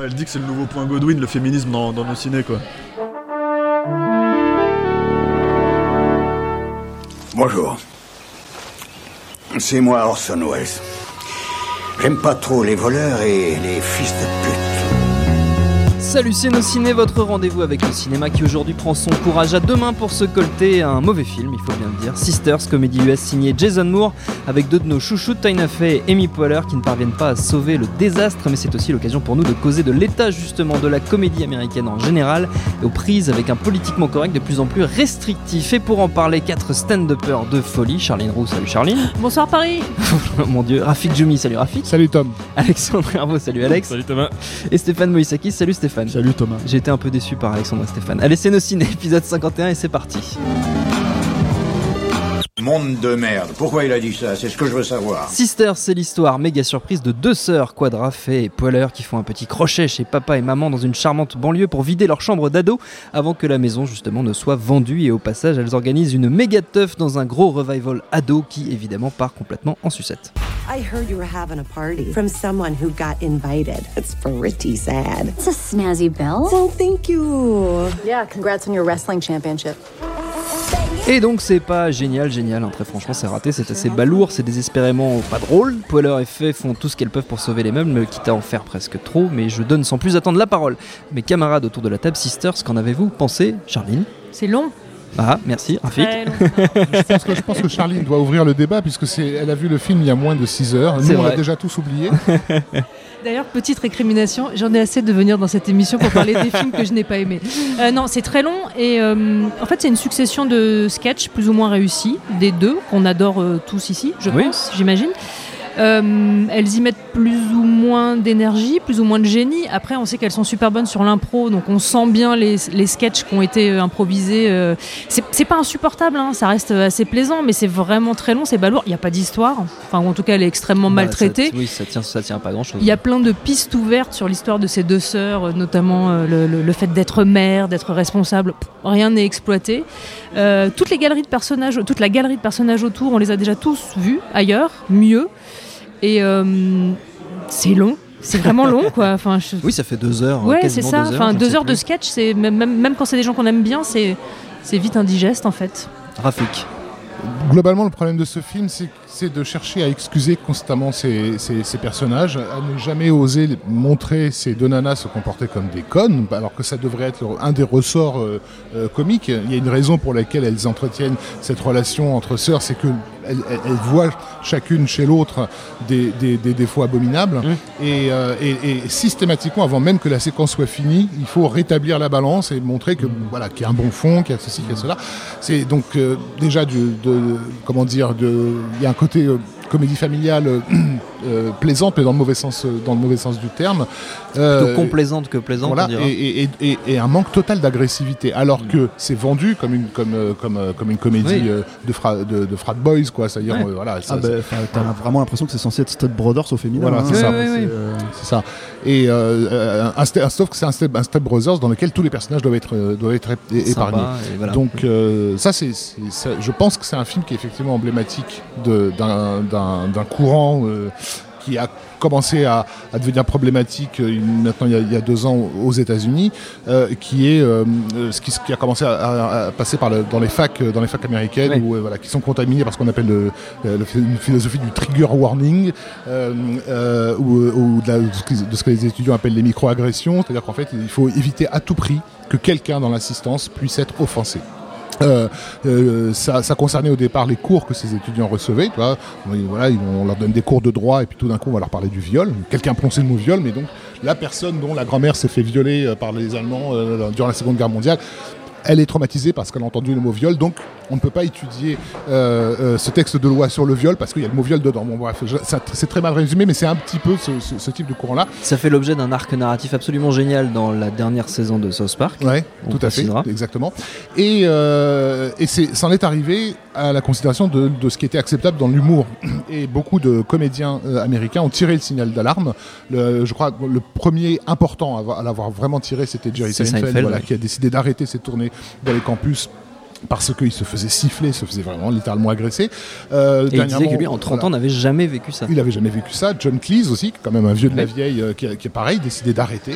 Elle dit que c'est le nouveau point Godwin, le féminisme dans nos ciné, quoi. Bonjour. C'est moi Orson Welles. J'aime pas trop les voleurs et les fils de pute. Salut, c'est Nos Ciné, votre rendez-vous avec le cinéma qui aujourd'hui prend son courage à deux mains pour se colter un mauvais film, il faut bien le dire. Sisters, comédie US signée Jason Moore, avec deux de nos chouchous, Tina Fey et Amy Poehler, qui ne parviennent pas à sauver le désastre, mais c'est aussi l'occasion pour nous de causer de l'état justement de la comédie américaine en général, et aux prises avec un politiquement correct de plus en plus restrictif. Et pour en parler, 4 stand-uppers de folie. Charline Roux, salut Charline. Bonsoir Paris. Mon Dieu. Rafik Djoumi, salut Rafik. Salut Tom. Alexandre Herbeau, salut Alex. Salut Thomas. Et Stéphane Moïsakis, salut Stéphane. Salut Thomas. J'ai été un peu déçu par Alexandre et Stéphane. Allez, c'est Nos Ciné, épisode 51 et c'est parti. Monde de merde. Pourquoi il a dit ça? C'est ce que je veux savoir. Sisters, c'est l'histoire méga surprise de deux sœurs, Quadra, Fey et Poehler, qui font un petit crochet chez papa et maman dans une charmante banlieue pour vider leur chambre d'ado avant que la maison justement ne soit vendue. Et au passage, elles organisent une méga teuf dans un gros revival ado qui évidemment part complètement en sucette. I heard you were having a party from someone who got invited. It's pretty sad. It's a snazzy bell. Oh, thank you. Yeah, congrats on your wrestling championship. Et donc c'est pas génial, hein. Très franchement c'est raté, c'est assez balourd, c'est désespérément pas drôle. Poehler et Fey font tout ce qu'elles peuvent pour sauver les meubles, quitte à en faire presque trop, mais je donne sans plus attendre la parole. Mes camarades autour de la table, Sisters, qu'en avez-vous pensé, Charline? C'est long. Ah, merci, Rafik. Je pense que Charline doit ouvrir le débat puisque elle a vu le film il y a moins de 6 heures. Nous, on l'a déjà tous oublié. D'ailleurs, petite récrimination, j'en ai assez de venir dans cette émission pour parler des films que je n'ai pas aimés. Non, c'est très long et en fait, c'est une succession de sketchs plus ou moins réussis, des deux, qu'on adore tous ici, je pense, j'imagine. Elles y mettent plus ou moins d'énergie, plus ou moins de génie. Après, on sait qu'elles sont super bonnes sur l'impro, donc on sent bien les sketchs qui ont été improvisés. C'est pas insupportable, hein, ça reste assez plaisant, mais c'est vraiment très long, c'est balourd. Il n'y a pas d'histoire, enfin, ou en tout cas, elle est extrêmement maltraitée. Ça tient pas grand-chose. Il y a plein de pistes ouvertes sur l'histoire de ces deux sœurs, notamment le fait d'être mère, d'être responsable. Rien n'est exploité. Toute la galerie de personnages autour, on les a déjà tous vus ailleurs, mieux. Et c'est long, c'est vraiment long quoi. Enfin, Oui, ça fait 2 heures. Ouais, c'est ça. 2 heures, enfin, 2 heures de sketch, c'est même quand c'est des gens qu'on aime bien, c'est vite indigeste en fait. Rafik. Globalement, le problème de ce film, c'est de chercher à excuser constamment ces personnages, à ne jamais oser montrer ces deux nanas se comporter comme des connes, alors que ça devrait être un des ressorts comiques. Il y a une raison pour laquelle elles entretiennent cette relation entre sœurs, c'est que elles voient chacune chez l'autre des défauts abominables et systématiquement, avant même que la séquence soit finie, il faut rétablir la balance et montrer que voilà, qu'il y a un bon fond, qu'il y a ceci, qu'il y a cela. C'est donc déjà il y a un côté comédie familiale plaisante, mais dans le mauvais sens du terme. Plutôt complaisante que plaisante, voilà, on dirait. Et un manque total d'agressivité, alors que c'est vendu comme une comédie de frat boys, quoi. C'est-à-dire, voilà. T'as vraiment l'impression que c'est censé être Step Brothers au féminin. Voilà, hein. c'est ça. Et sauf que c'est un Step Brothers dans lequel tous les personnages doivent être épargnés. Voilà. Donc ça, je pense que c'est un film qui est effectivement emblématique d'un courant qui a commencé à devenir problématique maintenant il y a 2 ans aux États-Unis, qui est ce qui a commencé à passer dans les facs américaines, qui sont contaminées par ce qu'on appelle une philosophie du trigger warning, ou de ce que les étudiants appellent les micro-agressions, c'est-à-dire qu'en fait il faut éviter à tout prix que quelqu'un dans l'assistance puisse être offensé. Ça concernait au départ les cours que ces étudiants recevaient, tu vois. Voilà, on leur donne des cours de droit et puis tout d'un coup on va leur parler du viol. Quelqu'un a prononcé le mot viol, mais donc la personne dont la grand-mère s'est fait violer par les Allemands durant la Seconde Guerre mondiale, elle est traumatisée parce qu'elle a entendu le mot viol, donc on ne peut pas étudier ce texte de loi sur le viol parce qu'il y a le mot viol dedans. Bon, bref, c'est très mal résumé, mais c'est un petit peu ce type de courant-là. Ça fait l'objet d'un arc narratif absolument génial dans la dernière saison de South Park. Ouais, tout à fait, exactement. Et c'en est arrivé à la considération de ce qui était acceptable dans l'humour. Et beaucoup de comédiens américains ont tiré le signal d'alarme. Je crois que le premier important à l'avoir vraiment tiré, c'était Jerry Seinfeld, qui a décidé d'arrêter ses tournées dans les campus parce qu'il se faisait siffler, se faisait vraiment littéralement agresser. Et il disait que lui, en 30 ans, n'avait jamais vécu ça. Il n'avait jamais vécu ça. John Cleese aussi, qui est quand même un vieux de la vieille, qui est pareil, décidé d'arrêter.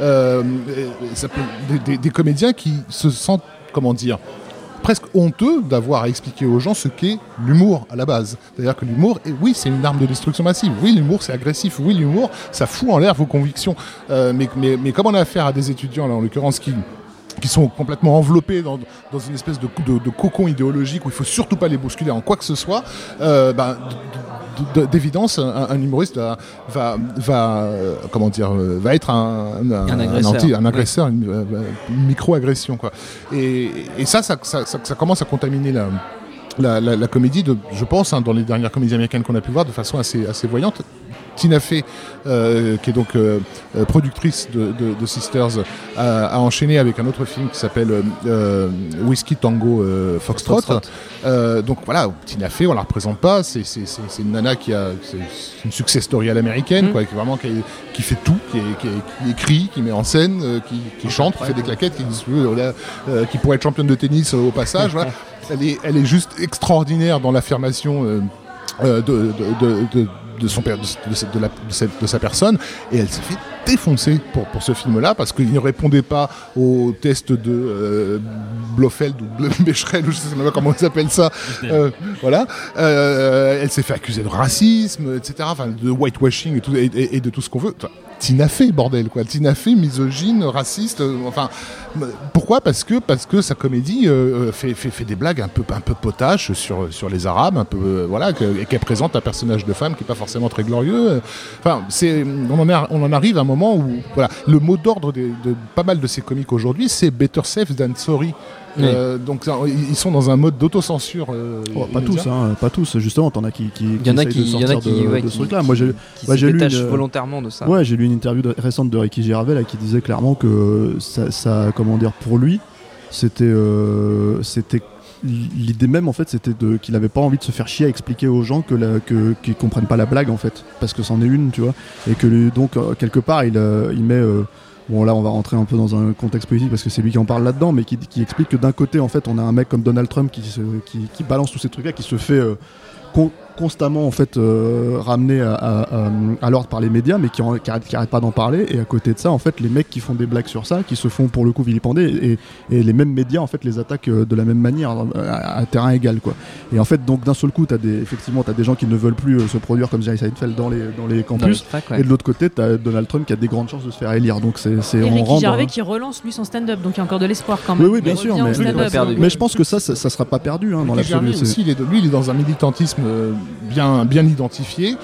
Des comédiens qui se sentent, comment dire, presque honteux d'avoir à expliquer aux gens ce qu'est l'humour à la base. C'est-à-dire que l'humour, oui, c'est une arme de destruction massive. Oui, l'humour, c'est agressif. Oui, l'humour, ça fout en l'air vos convictions. Mais comme on a affaire à des étudiants, là, en l'occurrence, qui sont complètement enveloppés dans une espèce de cocon idéologique où il ne faut surtout pas les bousculer en quoi que ce soit, d'évidence, un humoriste va être un agresseur, une micro-agression, quoi. Et ça commence à contaminer la comédie, je pense, dans les dernières comédies américaines qu'on a pu voir de façon assez voyante. Tina Fey, qui est donc productrice de Sisters, a enchaîné avec un autre film qui s'appelle Whiskey Tango Foxtrot. Donc voilà, Tina Fey, on la représente pas. C'est une nana c'est une success story à l'américaine, quoi, qui fait tout, qui écrit, qui met en scène, qui chante, qui fait des claquettes, qui pourrait être championne de tennis au passage. Voilà. Elle est juste extraordinaire dans l'affirmation de sa personne, et elle s'est fait défoncer pour ce film-là parce qu'il ne répondait pas au test de Blofeld ou Becherel, ou je ne sais même pas comment ils appellent ça. Voilà. Elle s'est fait accuser de racisme, etc., de whitewashing et de tout ce qu'on veut. Tina Fey, bordel, quoi. Tina Fey, misogyne, raciste. Pourquoi ? Parce que sa comédie fait des blagues un peu potaches sur les Arabes, un peu et qu'elle présente un personnage de femme qui est pas forcément très glorieux. On en arrive à un moment où le mot d'ordre de pas mal de ces comiques aujourd'hui, c'est better safe than sorry. Oui. Donc ils sont dans un mode d'autocensure. Pas tous. Justement, t'en as qui il y en a qui de ce truc-là. Moi, j'ai lu volontairement de ça. Ouais, j'ai lu une interview récente de Ricky Gervais là, qui disait clairement que ça, comment dire, pour lui, c'était l'idée même en fait, c'était qu'il avait pas envie de se faire chier à expliquer aux gens qu'ils comprennent pas la blague en fait, parce que c'en est une, tu vois, et que donc quelque part il met bon là on va rentrer un peu dans un contexte politique parce que c'est lui qui en parle là-dedans, mais qui explique que d'un côté en fait on a un mec comme Donald Trump qui balance tous ces trucs là, qui se fait constamment en fait ramené à l'ordre par les médias, mais qui arrêtent pas d'en parler, et à côté de ça en fait les mecs qui font des blagues sur ça, qui se font pour le coup vilipender, et les mêmes médias en fait les attaquent de la même manière à terrain égal, quoi. Et en fait donc d'un seul coup t'as des gens qui ne veulent plus se produire comme Jerry Seinfeld dans les campus, et de l'autre côté t'as Donald Trump qui a des grandes chances de se faire élire, donc c'est et Ricky Gervais qui relance lui son stand-up, donc il y a encore de l'espoir quand même. Oui bien sûr, mais je pense que ça sera pas perdu dans l'absolu. Lui il est dans un militantisme bien identifié,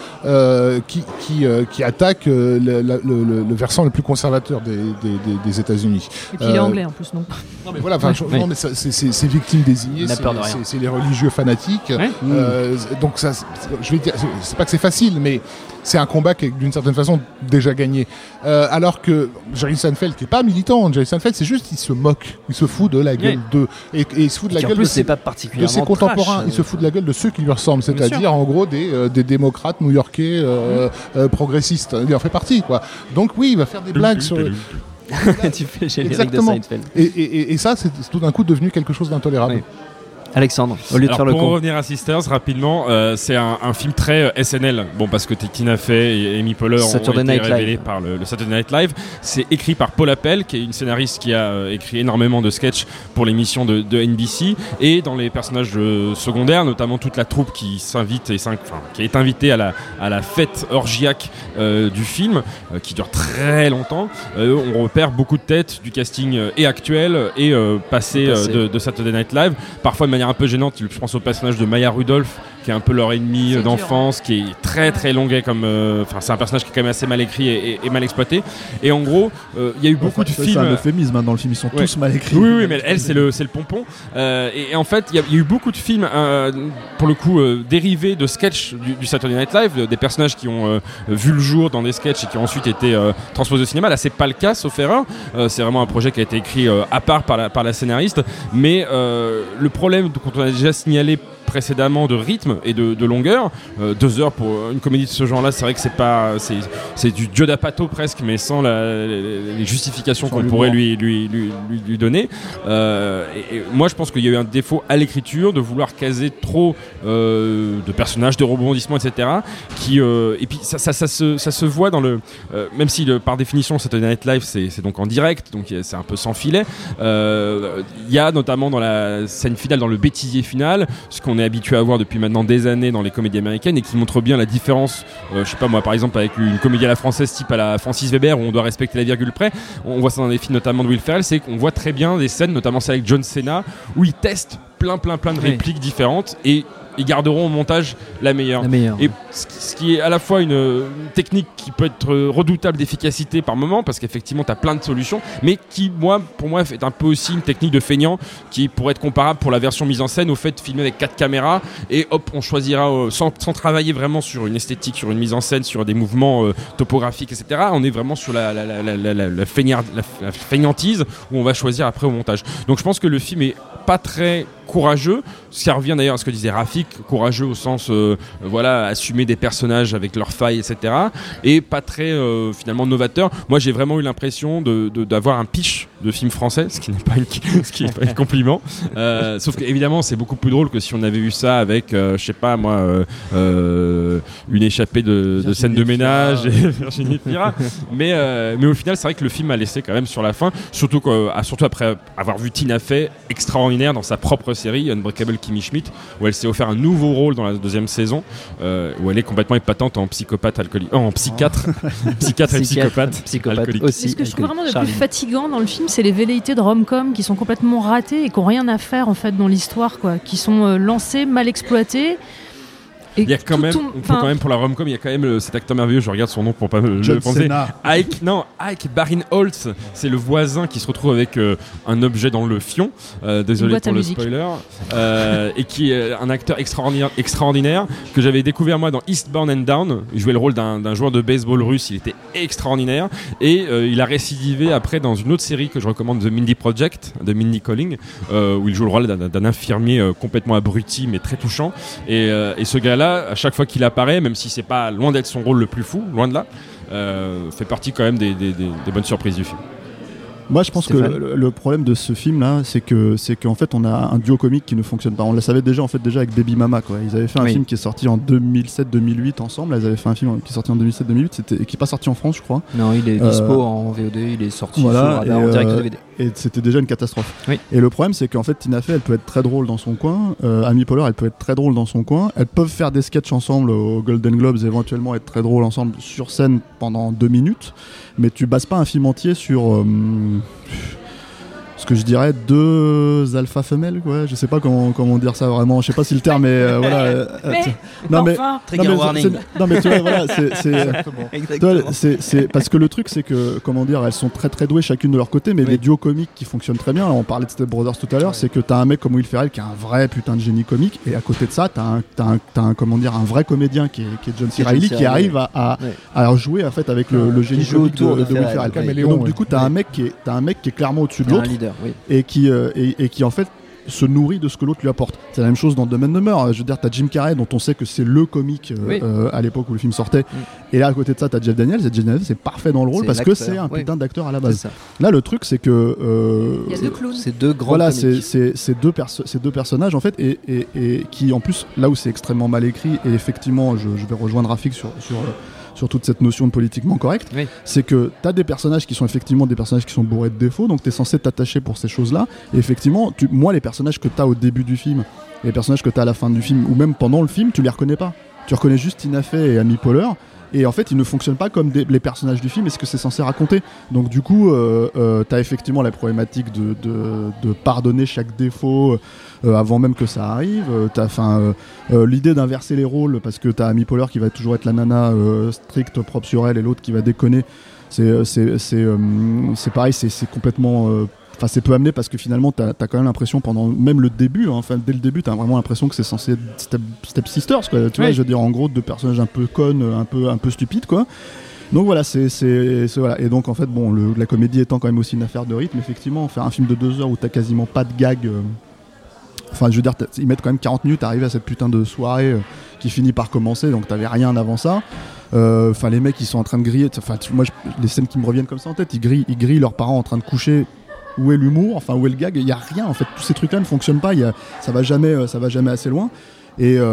qui attaque le versant le plus conservateur des États-Unis. Et puis il est anglais en plus, non. Non mais voilà, non, mais c'est victimes désignées, c'est les religieux fanatiques. Donc ça, je vais dire, c'est pas que c'est facile, mais c'est un combat qui est d'une certaine façon déjà gagné. Alors que Jerry Seinfeld, qui est pas militant, Jerry Seinfeld, c'est juste il se moque, il se fout de la gueule et il se fout de la gueule de ses contemporains, il se fout de la gueule de ceux qui lui ressemblent, c'est-à-dire en gros des démocrates new-yorkais progressistes. Il en fait partie, quoi. Donc oui, il va faire des blagues sur tu fais générique de Seinfeld. Et ça, c'est tout d'un coup devenu quelque chose d'intolérable. Oui. Alexandre, au lieu de faire le con. Pour revenir à Sisters rapidement, c'est un film très SNL. Bon, parce que Tina Fey et Amy Poehler ont été révélés par le Saturday Night Live. C'est écrit par Paula Pell, qui est une scénariste qui a écrit énormément de sketchs pour l'émission de NBC. Et dans les personnages secondaires, notamment toute la troupe qui s'invite qui est invitée à la fête orgiaque du film, qui dure très longtemps. On repère beaucoup de têtes du casting et actuel et passé de Saturday Night Live, parfois de manière un peu gênante. Je pense au personnage de Maya Rudolph, qui est un peu leur ennemi d'enfance, qui est très très longuet comme c'est un personnage qui est quand même assez mal écrit et mal exploité. Et en gros il y a eu beaucoup de films. C'est un euphémisme dans le film, ils sont tous mal écrits. Oui, mais elle c'est le pompon. Et en fait il y a eu beaucoup de films pour le coup dérivés de sketchs du Saturday Night Live, des personnages qui ont vu le jour dans des sketchs et qui ont ensuite été transposés au cinéma. Là c'est pas le cas, sauf erreur. C'est vraiment un projet qui a été écrit à part par la scénariste, mais le problème quand on a déjà signalé précédemment de rythme et de longueur. 2 heures pour une comédie de ce genre-là, c'est vrai que c'est du Joe D'Apato presque, mais sans les justifications qu'on pourrait lui donner. Et moi, je pense qu'il y a eu un défaut à l'écriture de vouloir caser trop de personnages, de rebondissements, etc. Et puis ça se voit dans le... même si par définition Saturday Night Live c'est donc en direct, donc c'est un peu sans filet, il y a notamment dans la scène finale, dans le bêtisier final, ce qu'on est habitué à voir depuis maintenant des années dans les comédies américaines et qui montre bien la différence, je sais pas moi, par exemple avec une comédie à la française type à la Francis Weber où on doit respecter la virgule près. On voit ça dans des films notamment de Will Ferrell, c'est qu'on voit très bien des scènes, notamment celle avec John Cena, où il teste plein de répliques différentes et ils garderont au montage la meilleure. Et ce qui est à la fois une technique qui peut être redoutable d'efficacité par moment, parce qu'effectivement tu as plein de solutions, mais qui pour moi est un peu aussi une technique de feignant qui pourrait être comparable pour la version mise en scène au fait de filmer avec 4 caméras et hop on choisira sans travailler vraiment sur une esthétique, sur une mise en scène, sur des mouvements topographiques, etc. On est vraiment sur la feignantise où on va choisir après au montage. Donc je pense que le film est pas très courageux, ça revient d'ailleurs à ce que disait Rafik, courageux au sens assumer des personnages avec leurs failles, etc. et pas très finalement novateur. Moi j'ai vraiment eu l'impression d'avoir un pitch de film français, ce qui n'est pas un compliment, sauf qu'évidemment c'est beaucoup plus drôle que si on avait vu ça avec je sais pas moi une échappée de scène de ménage et Virginie Fira, mais au final c'est vrai que le film a laissé quand même sur la fin, surtout après avoir vu Tina Fey extraordinaire dans sa propre série Unbreakable Kimmy Schmidt, où elle s'est offert un nouveau rôle dans la 2e saison, où elle est complètement épatante en psychopathe alcoolique, en psychiatre et psychopathe alcoolique aussi. Ce que je trouve vraiment le plus fatigant dans le film, c'est les velléités de rom-com qui sont complètement ratées et qui n'ont rien à faire en fait dans l'histoire, quoi, qui sont lancées, mal exploitées. Il y a quand même, quand même pour la rom-com, il y a quand même cet acteur merveilleux, je regarde son nom pour pas le penser. Ike Barinholtz, c'est le voisin qui se retrouve avec un objet dans le fion, désolé pour le spoiler, et qui est un acteur extraordinaire que j'avais découvert moi dans Eastbound and Down. Il jouait le rôle d'un joueur de baseball russe, il était extraordinaire, et il a récidivé après dans une autre série que je recommande, The Mindy Project, de Mindy Kaling, où il joue le rôle d'un infirmier complètement abruti mais très touchant, et ce gars-là, à chaque fois qu'il apparaît, même si c'est pas loin d'être son rôle le plus fou, loin de là, fait partie quand même des bonnes surprises du film. Moi, je pense que le problème de ce film-là, c'est qu'en fait, on a un duo comique qui ne fonctionne pas. On le savait déjà avec Baby Mama, quoi. Ils avaient fait un film qui est sorti en 2007-2008 ensemble. Ils avaient fait un film qui est sorti en 2007-2008, qui n'est pas sorti en France, je crois. Non, il est dispo en VOD, il est sorti en direct DVD. Et c'était déjà une catastrophe. Oui. Et le problème, c'est qu'en fait, Tina Fey, elle peut être très drôle dans son coin. Amy Poehler, elle peut être très drôle dans son coin. Elles peuvent faire des sketchs ensemble aux Golden Globes, éventuellement être très drôles ensemble sur scène pendant 2 minutes. Mais tu bases pas un film entier sur ce que je dirais 2 alpha femelles, quoi. Je sais pas comment dire ça vraiment, je sais pas si le terme est trigger warning. Tu vois, voilà, c'est parce que le truc, c'est que comment dire, elles sont très très douées chacune de leur côté, mais les duos comiques qui fonctionnent très bien. Alors, on parlait de Step Brothers tout à l'heure, c'est que t'as un mec comme Will Ferrell qui est un vrai putain de génie comique, et à côté de ça t'as un comment dire, un vrai comédien qui est John C. Reilly, qui arrive à jouer en fait avec le génie comique de Will Ferrell. Et donc du coup t'as un mec qui est clairement au-dessus de l'autre. Oui. Et qui en fait se nourrit de ce que l'autre lui apporte. C'est la même chose dans Dumb and Dumber. Je veux dire, t'as Jim Carrey, dont on sait que c'est le comique à l'époque où le film sortait. Et là, à côté de ça, t'as Jeff Daniels. Et Jeff Daniels, c'est parfait dans le rôle parce que c'est un putain d'acteur à la base. Là, le truc, c'est que il y a 2 clowns. C'est 2 grands. Voilà, c'est deux personnages en fait, et qui en plus, là où c'est extrêmement mal écrit, et effectivement, je vais rejoindre Rafik sur toute cette notion de politiquement correct, c'est que tu as des personnages qui sont effectivement des personnages qui sont bourrés de défauts, donc tu es censé t'attacher pour ces choses-là, et effectivement, moi, les personnages que tu as au début du film, et les personnages que tu as à la fin du film, ou même pendant le film, tu les reconnais pas. Tu reconnais juste Tina Fey et Amy Poehler, et en fait ils ne fonctionnent pas comme les personnages du film et ce que c'est censé raconter. Donc du coup t'as effectivement la problématique de pardonner chaque défaut avant même que ça arrive. L'idée d'inverser les rôles, parce que t'as Amy Poehler qui va toujours être la nana stricte, propre sur elle, et l'autre qui va déconner. C'est pareil, c'est complètement c'est peu amené, parce que finalement t'as quand même l'impression pendant même le début, dès le début t'as vraiment l'impression que c'est censé être Step Sisters, quoi, tu vois, je veux dire, en gros 2 personnages un peu connes, un peu stupides, quoi. Donc voilà, voilà. Et donc en fait la comédie étant quand même aussi une affaire de rythme, effectivement, faire un film de 2 heures où t'as quasiment pas de gag Enfin, je veux dire, ils mettent quand même 40 minutes à arriver à cette putain de soirée qui finit par commencer, donc t'avais rien avant ça. Enfin, les mecs, ils sont en train de griller. Enfin, moi, les scènes qui me reviennent comme ça en tête, ils grillent leurs parents en train de coucher. Où est l'humour ? Enfin, où est le gag ? Il y a rien en fait. Tous ces trucs-là ne fonctionnent pas. Ça va jamais assez loin. Et la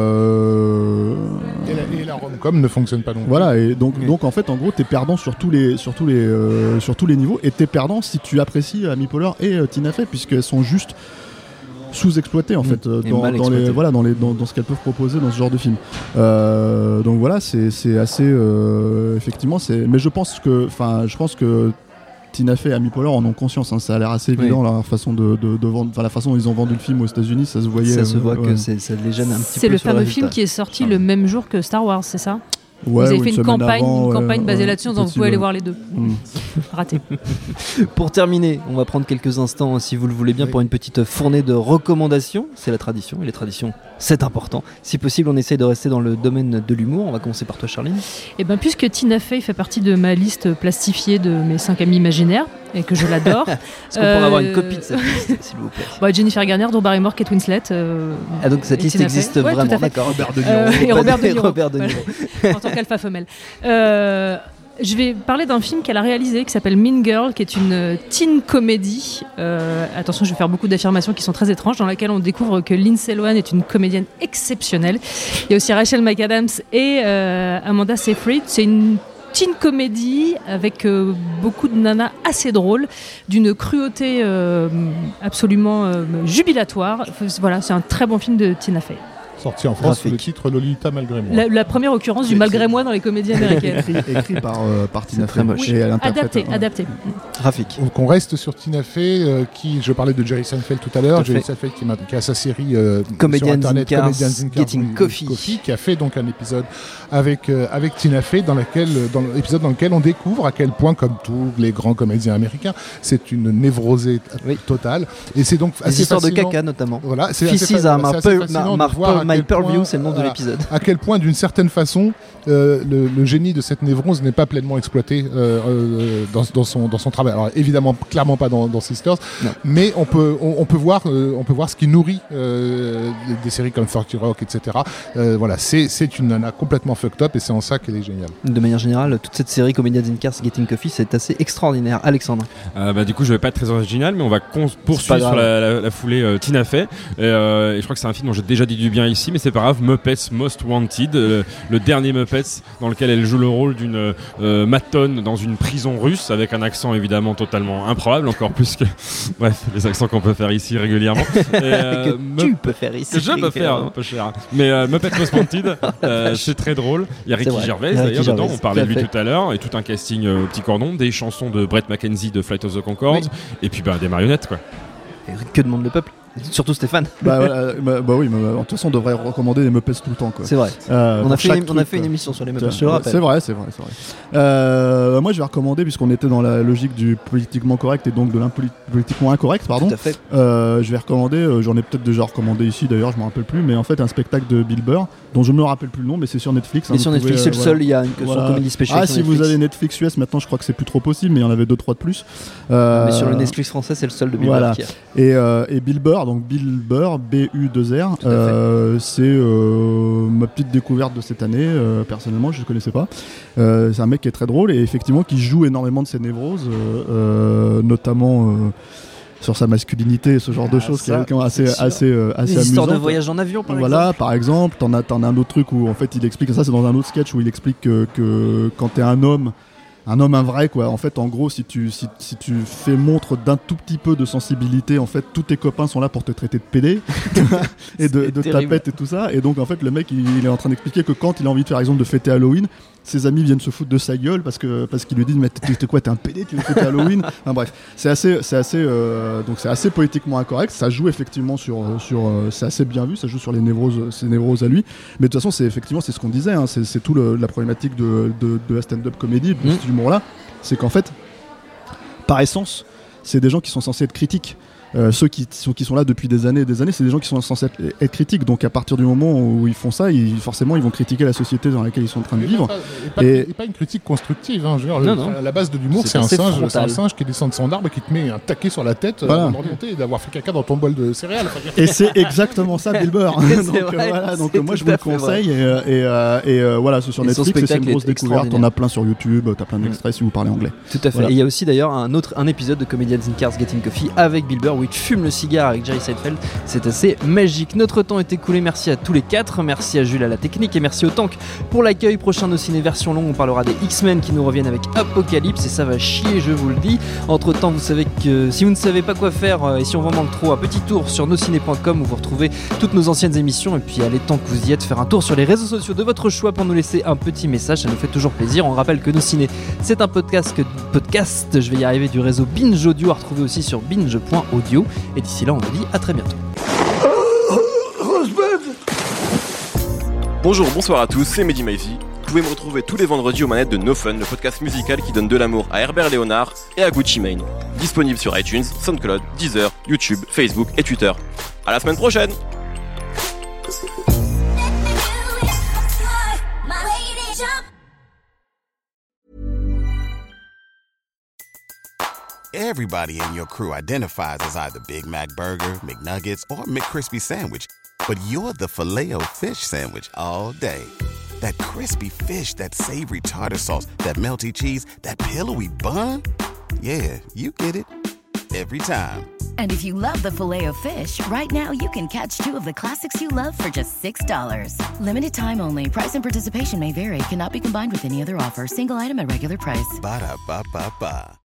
rom-com ne fonctionne pas non plus. Voilà, et donc en fait, en gros, t'es perdant sur tous les niveaux, et t'es perdant si tu apprécies Amy Poehler et Tina Fey, puisqu'elles sont juste sous-exploitées en fait dans ce qu'elles peuvent proposer dans ce genre de film. Donc voilà, c'est assez effectivement, mais je pense que Tina Fey et Amy Poehler en ont conscience, hein, ça a l'air assez évident la façon de vendre, la façon dont ils ont vendu le film aux États-Unis, ça se voyait. Ça se voit que ça les gêne un petit peu. C'est le fameux film qui est sorti le même jour que Star Wars, c'est ça ? Ouais, vous avez fait une campagne basée là-dessus, donc vous pouvez aller voir les deux. Raté. Pour terminer, on va prendre quelques instants, si vous le voulez bien, pour une petite fournée de recommandations. C'est la tradition, et les traditions, c'est important. Si possible, on essaye de rester dans le domaine de l'humour. On va commencer par toi, Charline. Et bien, puisque Tina Fey fait partie de ma liste plastifiée de mes 5 amis imaginaires, et que je l'adore. Est-ce qu'on pourrait avoir une copie de cette liste, s'il vous plaît ? Jennifer Garner, Drew Barrymore, Kate Winslet. Donc cette liste existe vraiment, d'accord. Robert De Niro. Robert De Niro. En tant qu'alpha femelle. Je vais parler d'un film qu'elle a réalisé qui s'appelle Mean Girl, qui est une teen comédie. Attention, je vais faire beaucoup d'affirmations qui sont très étranges, dans laquelle on découvre que Lindsay Lohan est une comédienne exceptionnelle. Il y a aussi Rachel McAdams et Amanda Seyfried. C'est une teen comédie avec beaucoup de nanas assez drôles, d'une cruauté absolument jubilatoire. Voilà, c'est un très bon film de Tina Fey. Sorti en France sous le titre Lolita malgré moi. La première occurrence du malgré moi dans les comédies américaines. écrit par Tina Fey. Oui, adapté. Rafik. Donc on reste sur Tina Fey, je parlais de Jerry Seinfeld tout à l'heure. Jerry Seinfeld qui a sa série sur Internet, Comedians in Cars, Getting Coffee, qui a fait donc un épisode avec Tina Fey, dans l'épisode dans lequel on découvre à quel point, comme tous les grands comédiens américains, c'est une névrosée totale. Et c'est donc assez histoires de fascinant. Caca notamment. Voilà, c'est Feces are my purview, c'est le nom de l'épisode. À quel point, d'une certaine façon, le génie de cette névrose n'est pas pleinement exploité dans son travail. Alors évidemment, clairement pas dans Sisters, mais on peut voir ce qui nourrit des séries comme 30 Rock, etc. Voilà, c'est une nana complètement fucked up, et c'est en ça qu'elle est géniale. De manière générale, toute cette série Comedians in Cars, Getting Coffee, c'est assez extraordinaire. Alexandre. Du coup, je vais pas être très original, mais on va poursuivre sur la foulée Tina Fey. Et je crois que c'est un film dont j'ai déjà dit du bien ici, mais c'est pas grave. Muppets Most Wanted, le dernier Muppets, dans lequel elle joue le rôle d'une matone dans une prison russe, avec un accent évidemment totalement improbable, encore plus que bref, les accents qu'on peut faire ici régulièrement. Que tu peux faire ici. Que je peux faire, un peu cher. Mais Muppets Most Wanted, c'est très drôle. Il y a Ricky Gervais d'ailleurs dedans, on parlait de lui tout à l'heure, et tout un casting au petit cordon, des chansons de Brett McKenzie de Flight of the Conchords, et puis des marionnettes quoi. Et que demande le peuple ? Surtout Stéphane. Oui, de toute façon on devrait recommander les Muppets tout le temps quoi. C'est vrai. On a fait une émission sur les Muppets, je le rappelle. C'est vrai. Moi je vais recommander, puisqu'on était dans la logique du politiquement correct et donc de l'impolitiquement incorrect, pardon. Tout à fait. Je vais recommander, j'en ai peut-être déjà recommandé ici d'ailleurs, je me rappelle plus, mais en fait un spectacle de Bill Burr dont je me rappelle plus le nom, mais c'est sur Netflix. Et sur Netflix, c'est le seul, il y a une comédie spéciale. Si vous avez Netflix US, maintenant je crois que c'est plus trop possible, mais il y en avait 2-3 de plus. Mais sur le Netflix français, c'est le seul de Bill Burr qui a. Et Bill Burr, donc Bill Burr, B-U-2-R, c'est ma petite découverte de cette année. Personnellement, je ne connaissais pas. C'est un mec qui est très drôle et effectivement qui joue énormément de ses névroses, notamment sur sa masculinité et ce genre de choses, qui est assez amusant. Histoire de voyage en avion, par exemple. Voilà, par exemple, t'en as un autre truc où en fait il explique ça, c'est dans un autre sketch où il explique que quand t'es un homme vrai quoi, en fait en gros si tu fais montre d'un tout petit peu de sensibilité, en fait tous tes copains sont là pour te traiter de pédé et de tapette et tout ça, et donc en fait le mec il est en train d'expliquer que quand il a envie de faire, par exemple, de fêter Halloween, ses amis viennent se foutre de sa gueule parce qu'ils lui disent mais t'es quoi, t'es un pédé, tu veux fêter Halloween. Enfin bref, c'est assez politiquement incorrect, ça joue effectivement sur c'est assez bien vu, ça joue sur ses névroses à lui, mais de toute façon c'est ce qu'on disait, hein, c'est tout la problématique de la stand-up comédie, de cet humour là, c'est qu'en fait par essence c'est des gens qui sont censés être critiques. ceux qui sont là depuis des années, c'est des gens qui sont censés être critiques. Donc à partir du moment où ils font ça, forcément ils vont critiquer la société dans laquelle ils sont en train de vivre. Et pas une critique constructive. Hein. À la base de l'humour, c'est un singe qui descend de son arbre et qui te met un taquet sur la tête en remontée et d'avoir fait caca dans ton bol de céréales. Et c'est exactement ça, Bill Burr. Donc moi je vous le conseille. Et voilà, c'est sur Netflix, c'est une grosse découverte. On a plein sur YouTube, t'as plein d'extraits si vous parlez anglais. Tout à fait. Voilà. Et il y a aussi d'ailleurs un épisode de Comedians in Cars Getting Coffee avec Bill Burr où il fume le cigare avec Jerry Seinfeld. C'est assez magique. Notre temps est écoulé. Merci à tous les 4. Merci à Jules à la technique et merci au Tank pour l'accueil. Prochain Nos Ciné version longue, on parlera des X-Men qui nous reviennent avec Apocalypse et ça va chier, je vous le dis. Entre temps, vous savez que si vous ne savez pas quoi faire et si on vous manque trop, un petit tour sur nosciné.com où vous retrouvez toutes nos anciennes émissions. Et puis allez, tant que vous y êtes, faire un tour sur les réseaux sociaux de votre choix pour nous laisser un petit message. Ça nous fait toujours plaisir. On rappelle que Nos Ciné, c'est un podcast, je vais y arriver, du réseau Binge Audio, à retrouver aussi sur binge.audio. Et d'ici là, on vous dit à très bientôt. Bonjour, bonsoir à tous, c'est Mehdi Maizy. Vous pouvez me retrouver tous les vendredis aux manettes de No Fun, le podcast musical qui donne de l'amour à Herbert Léonard et à Gucci Mane. Disponible sur iTunes, SoundCloud, Deezer, YouTube, Facebook et Twitter. À la semaine prochaine! Everybody in your crew identifies as either Big Mac Burger, McNuggets, or McCrispy Sandwich. But you're the Filet-O-Fish Sandwich all day. That crispy fish, that savory tartar sauce, that melty cheese, that pillowy bun. Yeah, you get it. Every time. And if you love the Filet-O-Fish, right now you can catch 2 of the classics you love for just $6. Limited time only. Price and participation may vary. Cannot be combined with any other offer. Single item at regular price. Ba-da-ba-ba-ba.